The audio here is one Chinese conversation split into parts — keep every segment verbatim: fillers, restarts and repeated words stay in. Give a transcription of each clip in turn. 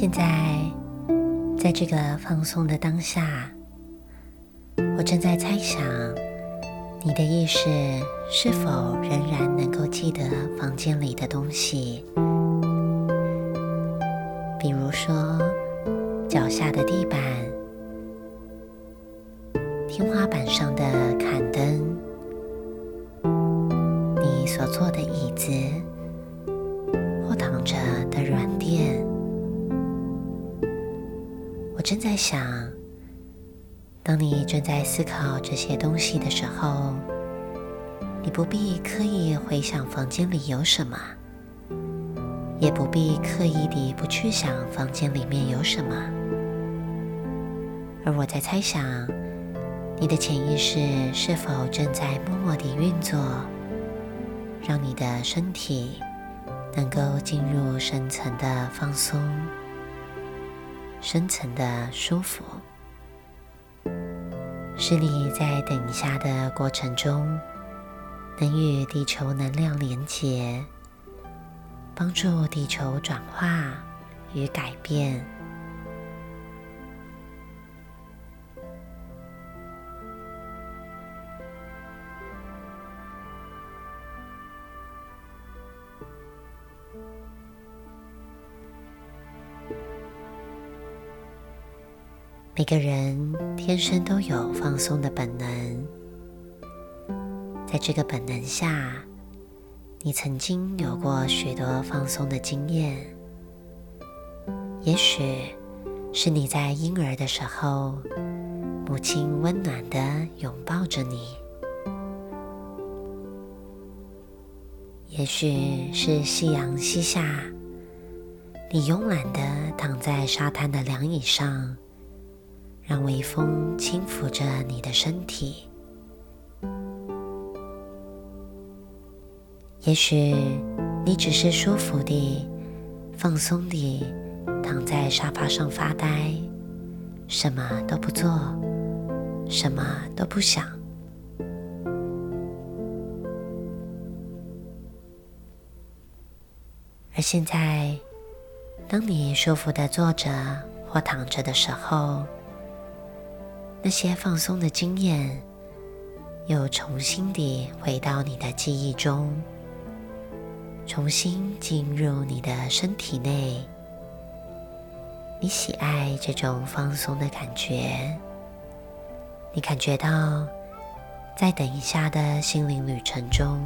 现在，在这个放松的当下，我正在猜想你的意识是否仍然能够记得房间里的东西，比如说脚下的地板、天花板上的坎灯、你所坐的椅子或躺着的软垫。我正在想，当你正在思考这些东西的时候，你不必刻意回想房间里有什么，也不必刻意地不去想房间里面有什么。而我在猜想，你的潜意识是否正在默默地运作，让你的身体能够进入深层的放松，深层的舒服，使你在等一下的过程中能与地球能量连结，帮助地球转化与改变。每个人天生都有放松的本能，在这个本能下，你曾经有过许多放松的经验。也许是你在婴儿的时候，母亲温暖地拥抱着你；也许是夕阳西下，你慵懒地躺在沙滩的凉椅上，让微风轻抚着你的身体。也许你只是舒服地、放松地躺在沙发上发呆，什么都不做，什么都不想。而现在，当你舒服地坐着或躺着的时候，那些放松的经验又重新地回到你的记忆中，重新进入你的身体内。你喜爱这种放松的感觉，你感觉到在等一下的心灵旅程中，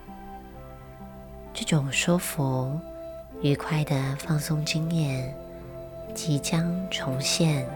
这种舒服、愉快的放松经验即将重现。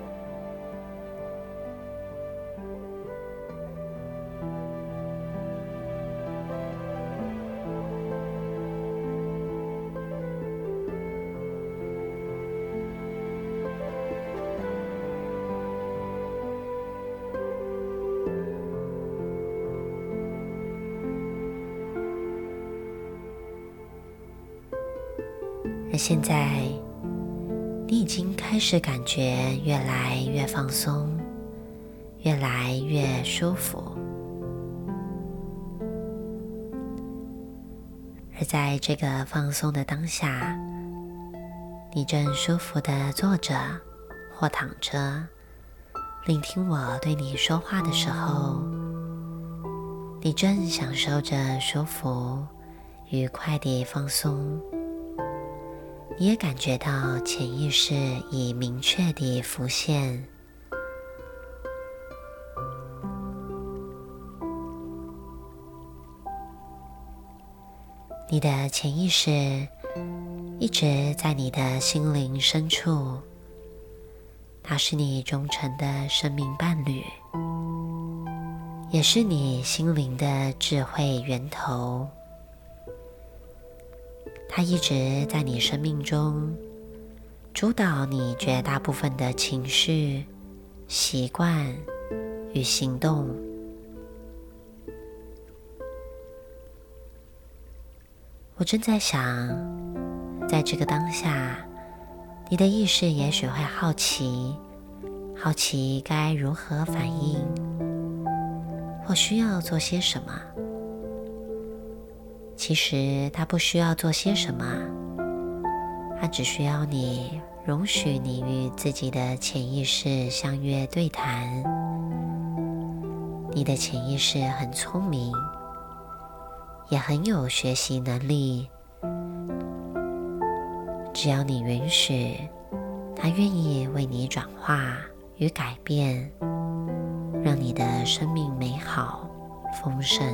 而现在，你已经开始感觉越来越放松，越来越舒服。而在这个放松的当下，你正舒服地坐着或躺着，聆听我对你说话的时候，你正享受着舒服、愉快地放松。你也感觉到潜意识已明确地浮现。你的潜意识一直在你的心灵深处，它是你忠诚的生命伴侣，也是你心灵的智慧源头。它一直在你生命中主导你绝大部分的情绪、习惯与行动。我正在想，在这个当下，你的意识也许会好奇，好奇该如何反应，或需要做些什么。其实它不需要做些什么， 它只需要你容许你与自己的潜意识相约对谈。你的潜意识很聪明，也很有学习能力。只要你允许，它愿意为你转化与改变，让你的生命美好丰盛。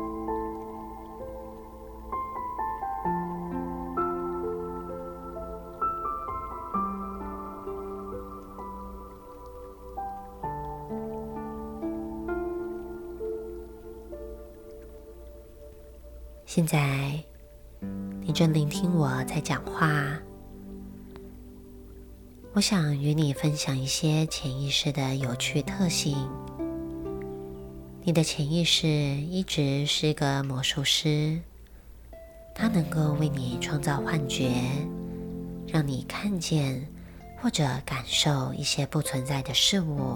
现在，你正聆听我在讲话。我想与你分享一些潜意识的有趣特性。你的潜意识一直是个魔术师，它能够为你创造幻觉，让你看见或者感受一些不存在的事物。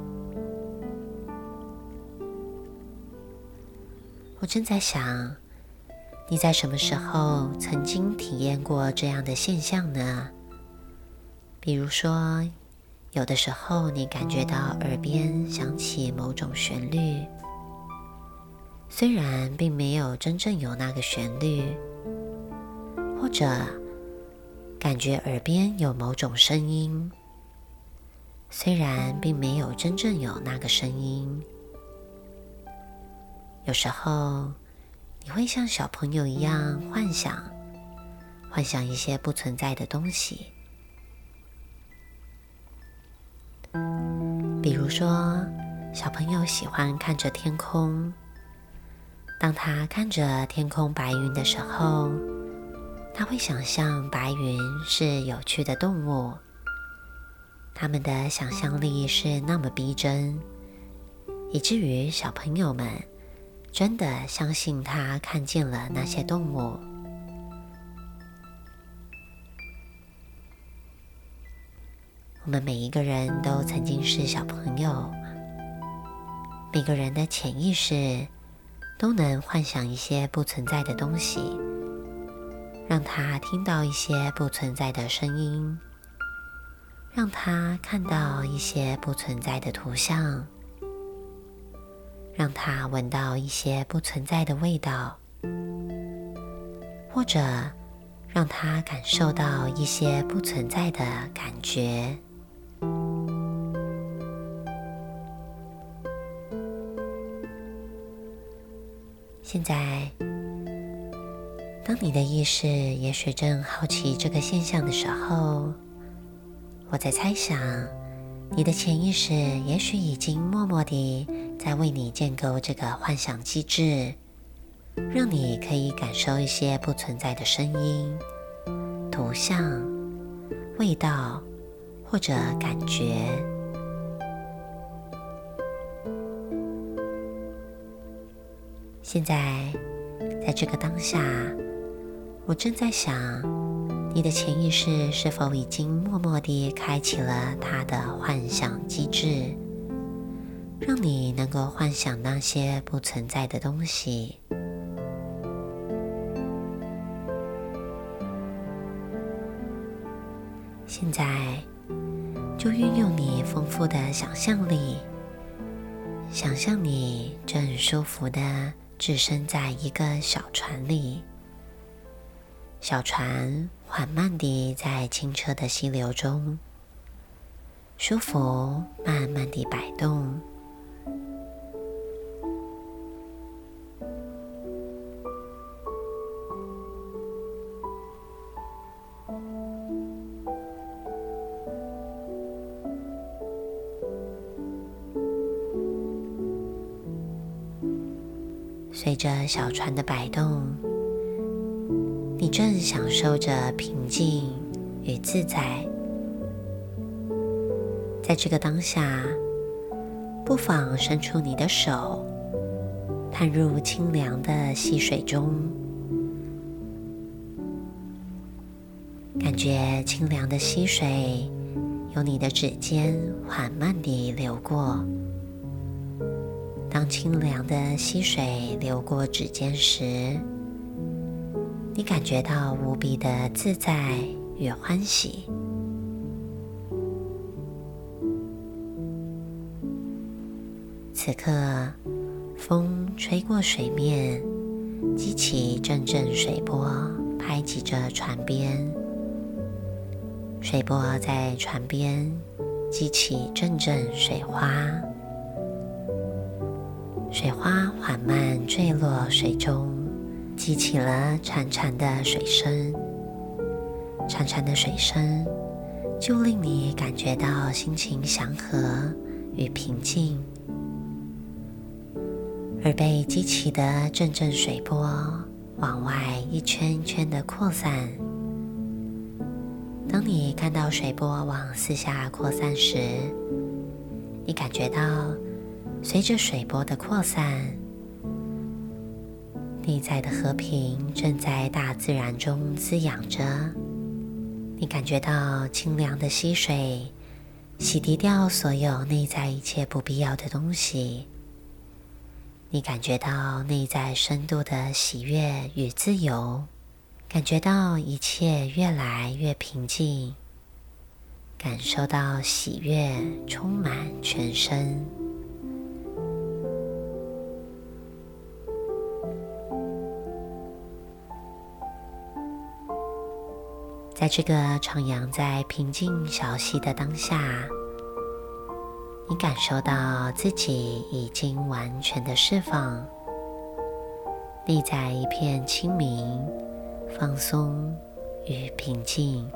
我正在想，你在什么时候曾经体验过这样的现象呢？比如说，有的时候你感觉到耳边响起某种旋律，虽然并没有真正有那个旋律，或者感觉耳边有某种声音，虽然并没有真正有那个声音。有时候你会像小朋友一样幻想，幻想一些不存在的东西。比如说，小朋友喜欢看着天空，当他看着天空白云的时候，他会想象白云是有趣的动物。他们的想象力是那么逼真，以至于小朋友们真的相信他看见了那些动物。我们每一个人都曾经是小朋友，每个人的潜意识都能幻想一些不存在的东西，让他听到一些不存在的声音，让他看到一些不存在的图像，让他闻到一些不存在的味道，或者让他感受到一些不存在的感觉。现在，当你的意识也许正好奇这个现象的时候，我在猜想，你的潜意识也许已经默默地在为你建构这个幻想机制，让你可以感受一些不存在的声音、图像、味道或者感觉。现在，在这个当下，我正在想，你的潜意识是否已经默默地开启了它的幻想机制，让你能够幻想那些不存在的东西。现在，就运用你丰富的想象力，想象你正舒服地置身在一个小船里，小船缓慢地在清澈的溪流中，舒服慢慢地摆动。随着小船的摆动，你正享受着平静与自在。在这个当下，不妨伸出你的手，探入清凉的溪水中，感觉清凉的溪水由你的指尖缓慢地流过。当清凉的溪水流过指尖时，你感觉到无比的自在与欢喜。此刻，风吹过水面，激起阵阵水波，拍击着船边。水波在船边激起阵阵水花，水花缓慢坠落水中，激起了潺潺的水声。潺潺的水声就令你感觉到心情祥和与平静，而被激起的阵阵水波往外一圈一圈的扩散。当你看到水波往四下扩散时，你感觉到随着水波的扩散，内在的和平正在大自然中滋养着。你感觉到清凉的溪水洗涤掉所有内在一切不必要的东西。你感觉到内在深度的喜悦与自由，感觉到一切越来越平静，感受到喜悦充满全身。在这个徜徉在平静小溪的当下，你感受到自己已经完全的释放，内在一片清明、放松与平静。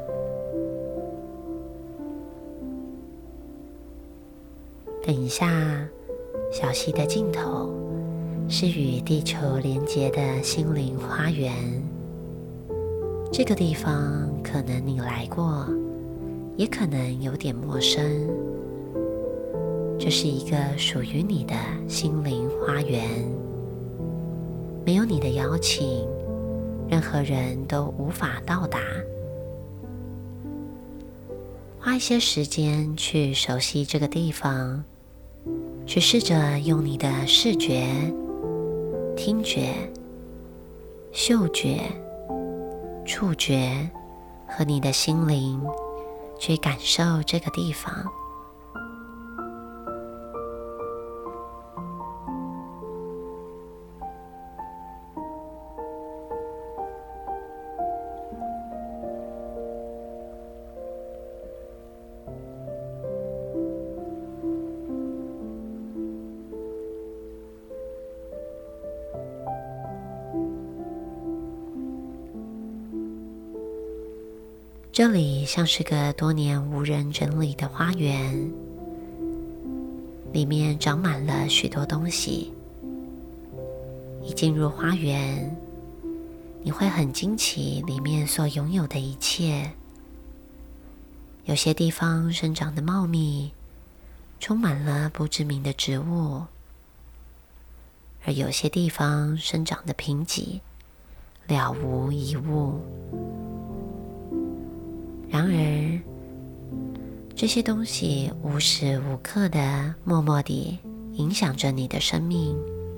等一下，小溪的尽头是与地球连结的心灵花园。这个地方可能你来过，也可能有点陌生。这是一个属于你的心灵花园，没有你的邀请，任何人都无法到达。花一些时间去熟悉这个地方，去试着用你的视觉、听觉、嗅觉、触觉和你的心灵去感受这个地方。这里像是个多年无人整理的花园，里面长满了许多东西。一进入花园，你会很惊奇里面所拥有的一切。有些地方生长得茂密，充满了不知名的植物，而有些地方生长得贫瘠，了无一物。然而，这些东西无时无刻的默默地影响着你的生命。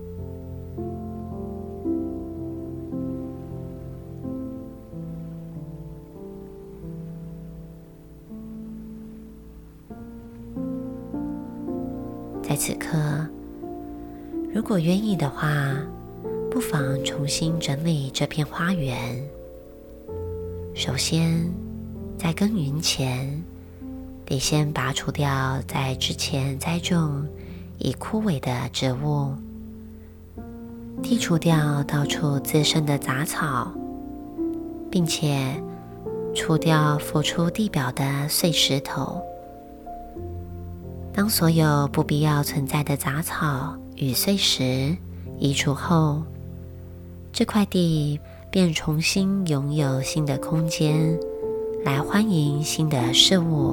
在此刻，如果愿意的话，不妨重新整理这片花园。首先，在耕耘前，得先拔除掉在之前栽种已枯萎的植物，剔除掉到处滋生的杂草，并且除掉浮出地表的碎石头。当所有不必要存在的杂草与碎石移除后，这块地便重新拥有新的空间来欢迎新的事物。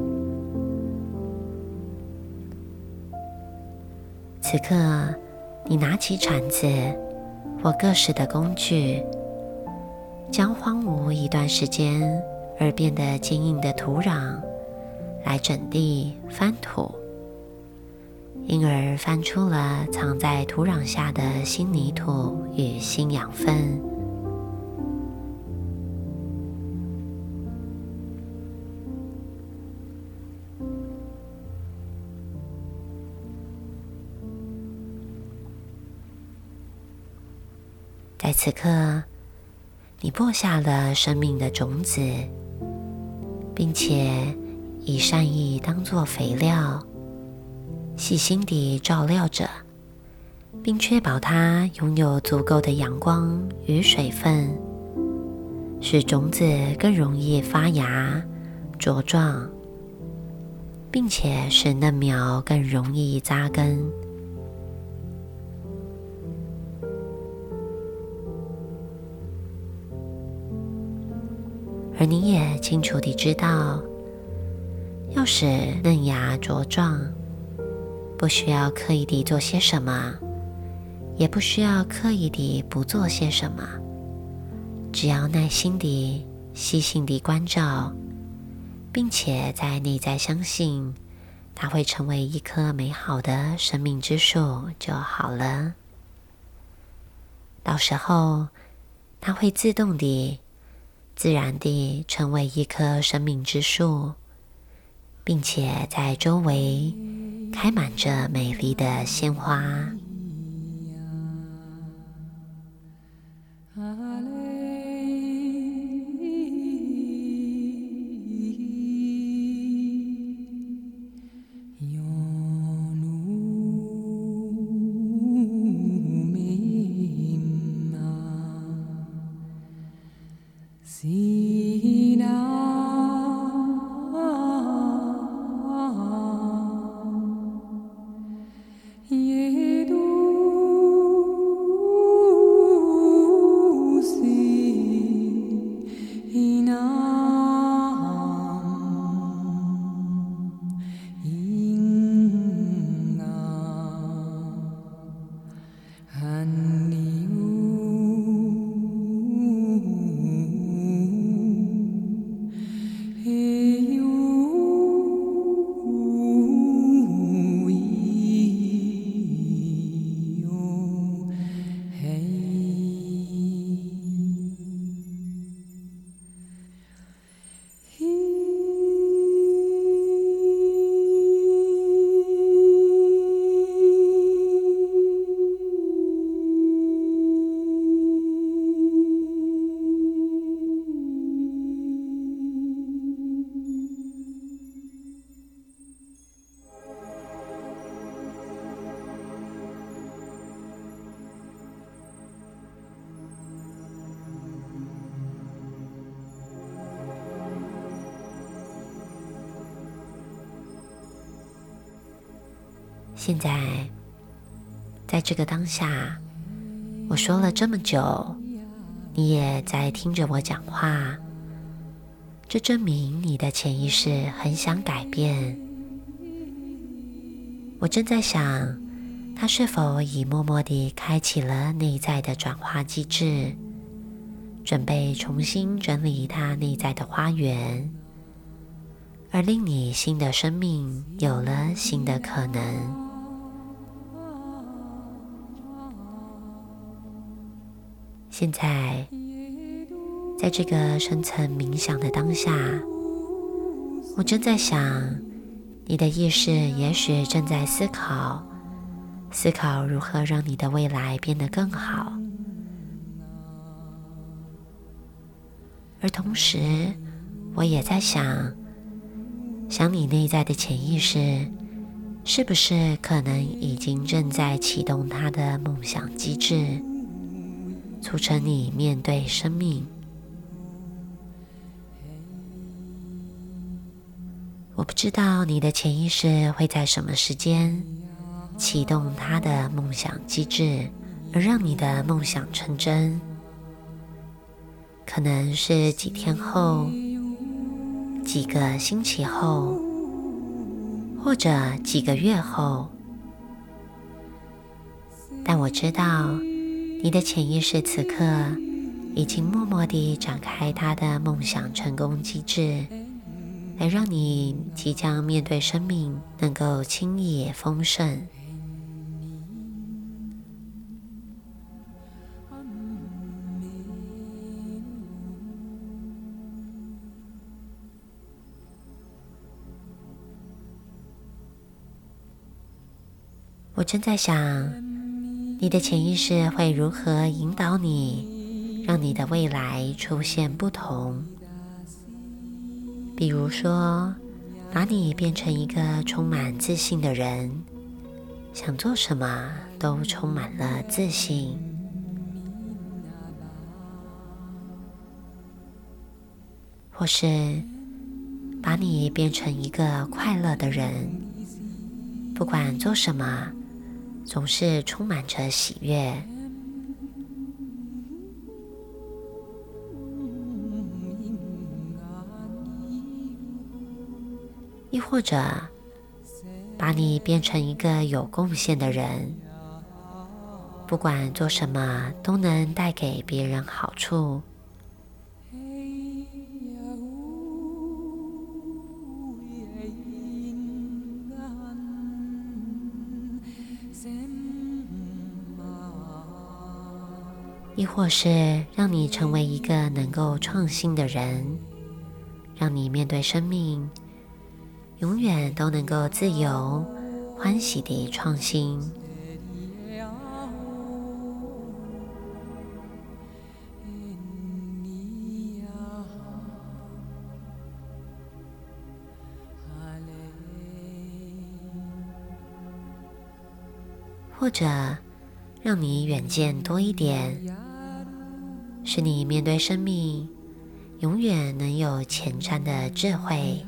此刻，你拿起铲子或各式的工具，将荒芜一段时间而变得坚硬的土壤来整地翻土，因而翻出了藏在土壤下的新泥土与新养分。 在此刻，你播下了生命的种子，并且以善意当作肥料，细心地照料着，并确保它拥有足够的阳光与水分，使种子更容易发芽茁壮，并且使嫩苗更容易扎根。而你也清楚地知道，要使嫩芽茁壮，不需要刻意地做些什么，也不需要刻意地不做些什么，只要耐心地、细心地关照，并且在内在相信它会成为一棵美好的生命之树就好了。到时候，它会自动地、自然地成为一棵生命之树，并且在周围开满着美丽的鲜花。现在，在这个当下，我说了这么久，你也在听着我讲话，这证明你的潜意识很想改变。我正在想，它是否已默默地开启了内在的转化机制，准备重新整理它内在的花园，而令你新的生命有了新的可能。现在，在这个深层冥想的当下，我正在想，你的意识也许正在思考，思考如何让你的未来变得更好。而同时，我也在想，想你内在的潜意识，是不是可能已经正在启动它的梦想机制，促成你面对生命。我不知道你的潜意识会在什么时间启动它的梦想机制，而让你的梦想成真。可能是几天后，几个星期后，或者几个月后。但我知道你的潜意识此刻已经默默地展开它的梦想成功机制，来让你即将面对生命能够轻易丰盛。我正在想， 你的潜意识会如何引导你，让你的未来出现不同。比如说，把你变成一个充满自信的人，想做什么都充满了自信。或是把你变成一个快乐的人，不管做什么，总是充满着喜悦。亦或者把你变成一个有贡献的人，不管做什么都能带给别人好处。亦或是让你成为一个能够创新的人，让你面对生命永远都能够自由欢喜地创新。或者让你远见多一点，使你面对生命永远能有前瞻的智慧。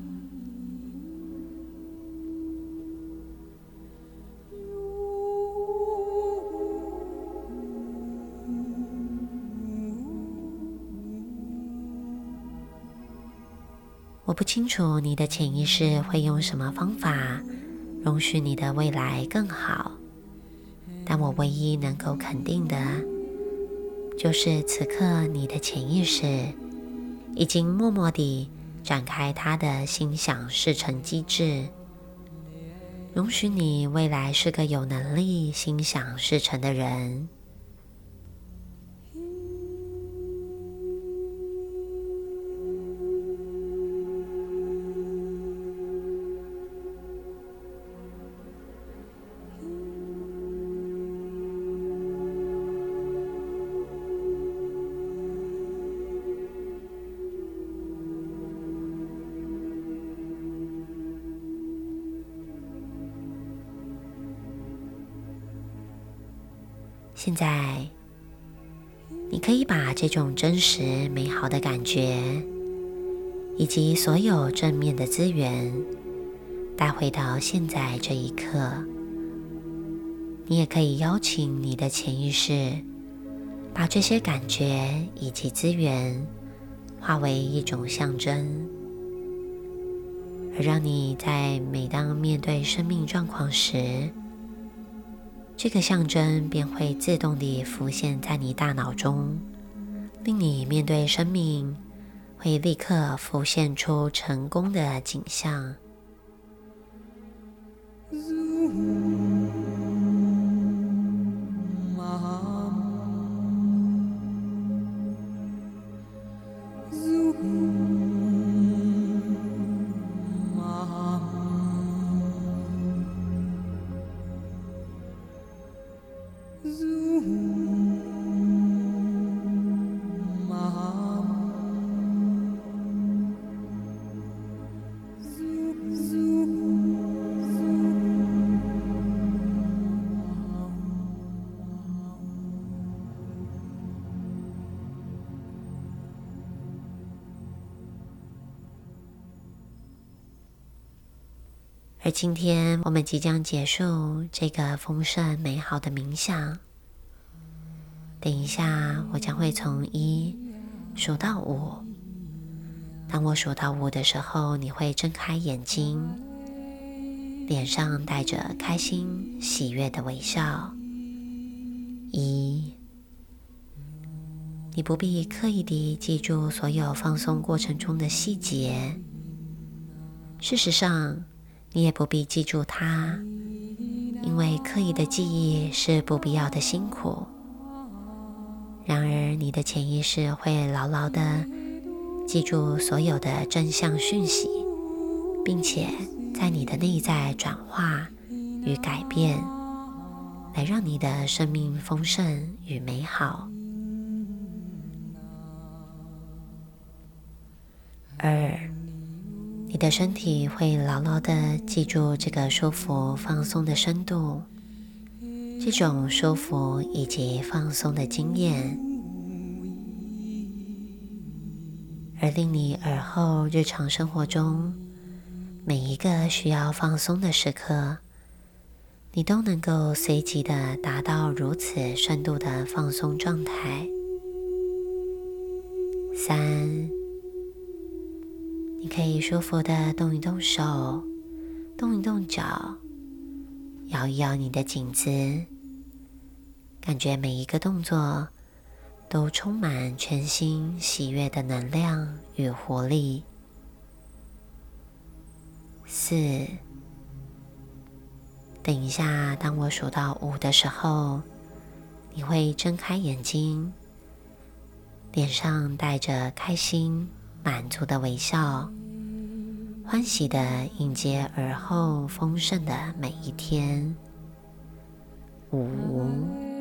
我不清楚你的潜意识会用什么方法容许你的未来更好，但我唯一能够肯定的，就是此刻你的潜意识已经默默地展开它的心想事成机制，容许你未来是个有能力心想事成的人。现在，你可以把这种真实美好的感觉，以及所有正面的资源，带回到现在这一刻。你也可以邀请你的潜意识，把这些感觉以及资源化为一种象征，而让你在每当面对生命状况时，这个象征便会自动地浮现在你大脑中，令你面对生命会立刻浮现出成功的景象。而今天我们即将结束这个丰盛美好的冥想。等一下，我将会从一数到五。当我数到五的时候，你会睁开眼睛，脸上带着开心喜悦的微笑。一，你不必刻意地记住所有放松过程中的细节，事实上你也不必记住它，因为刻意的记忆是不必要的辛苦。然而你的潜意识会牢牢地记住所有的正向讯息，并且在你的内在转化与改变。 来让你的生命丰盛与美好。二，你的身体会牢牢地记住这个舒服放松的深度，这种舒服以及放松的经验，而令你尔后日常生活中每一个需要放松的时刻，你都能够随即地达到如此深度的放松状态。三，你可以舒服地动一动手，动一动脚，摇一摇你的颈子，感觉每一个动作都充满全新喜悦的能量与活力。四，等一下，当我数到五的时候，你会睁开眼睛，脸上带着开心、满足的微笑，欢喜地迎接而后丰盛的每一天。五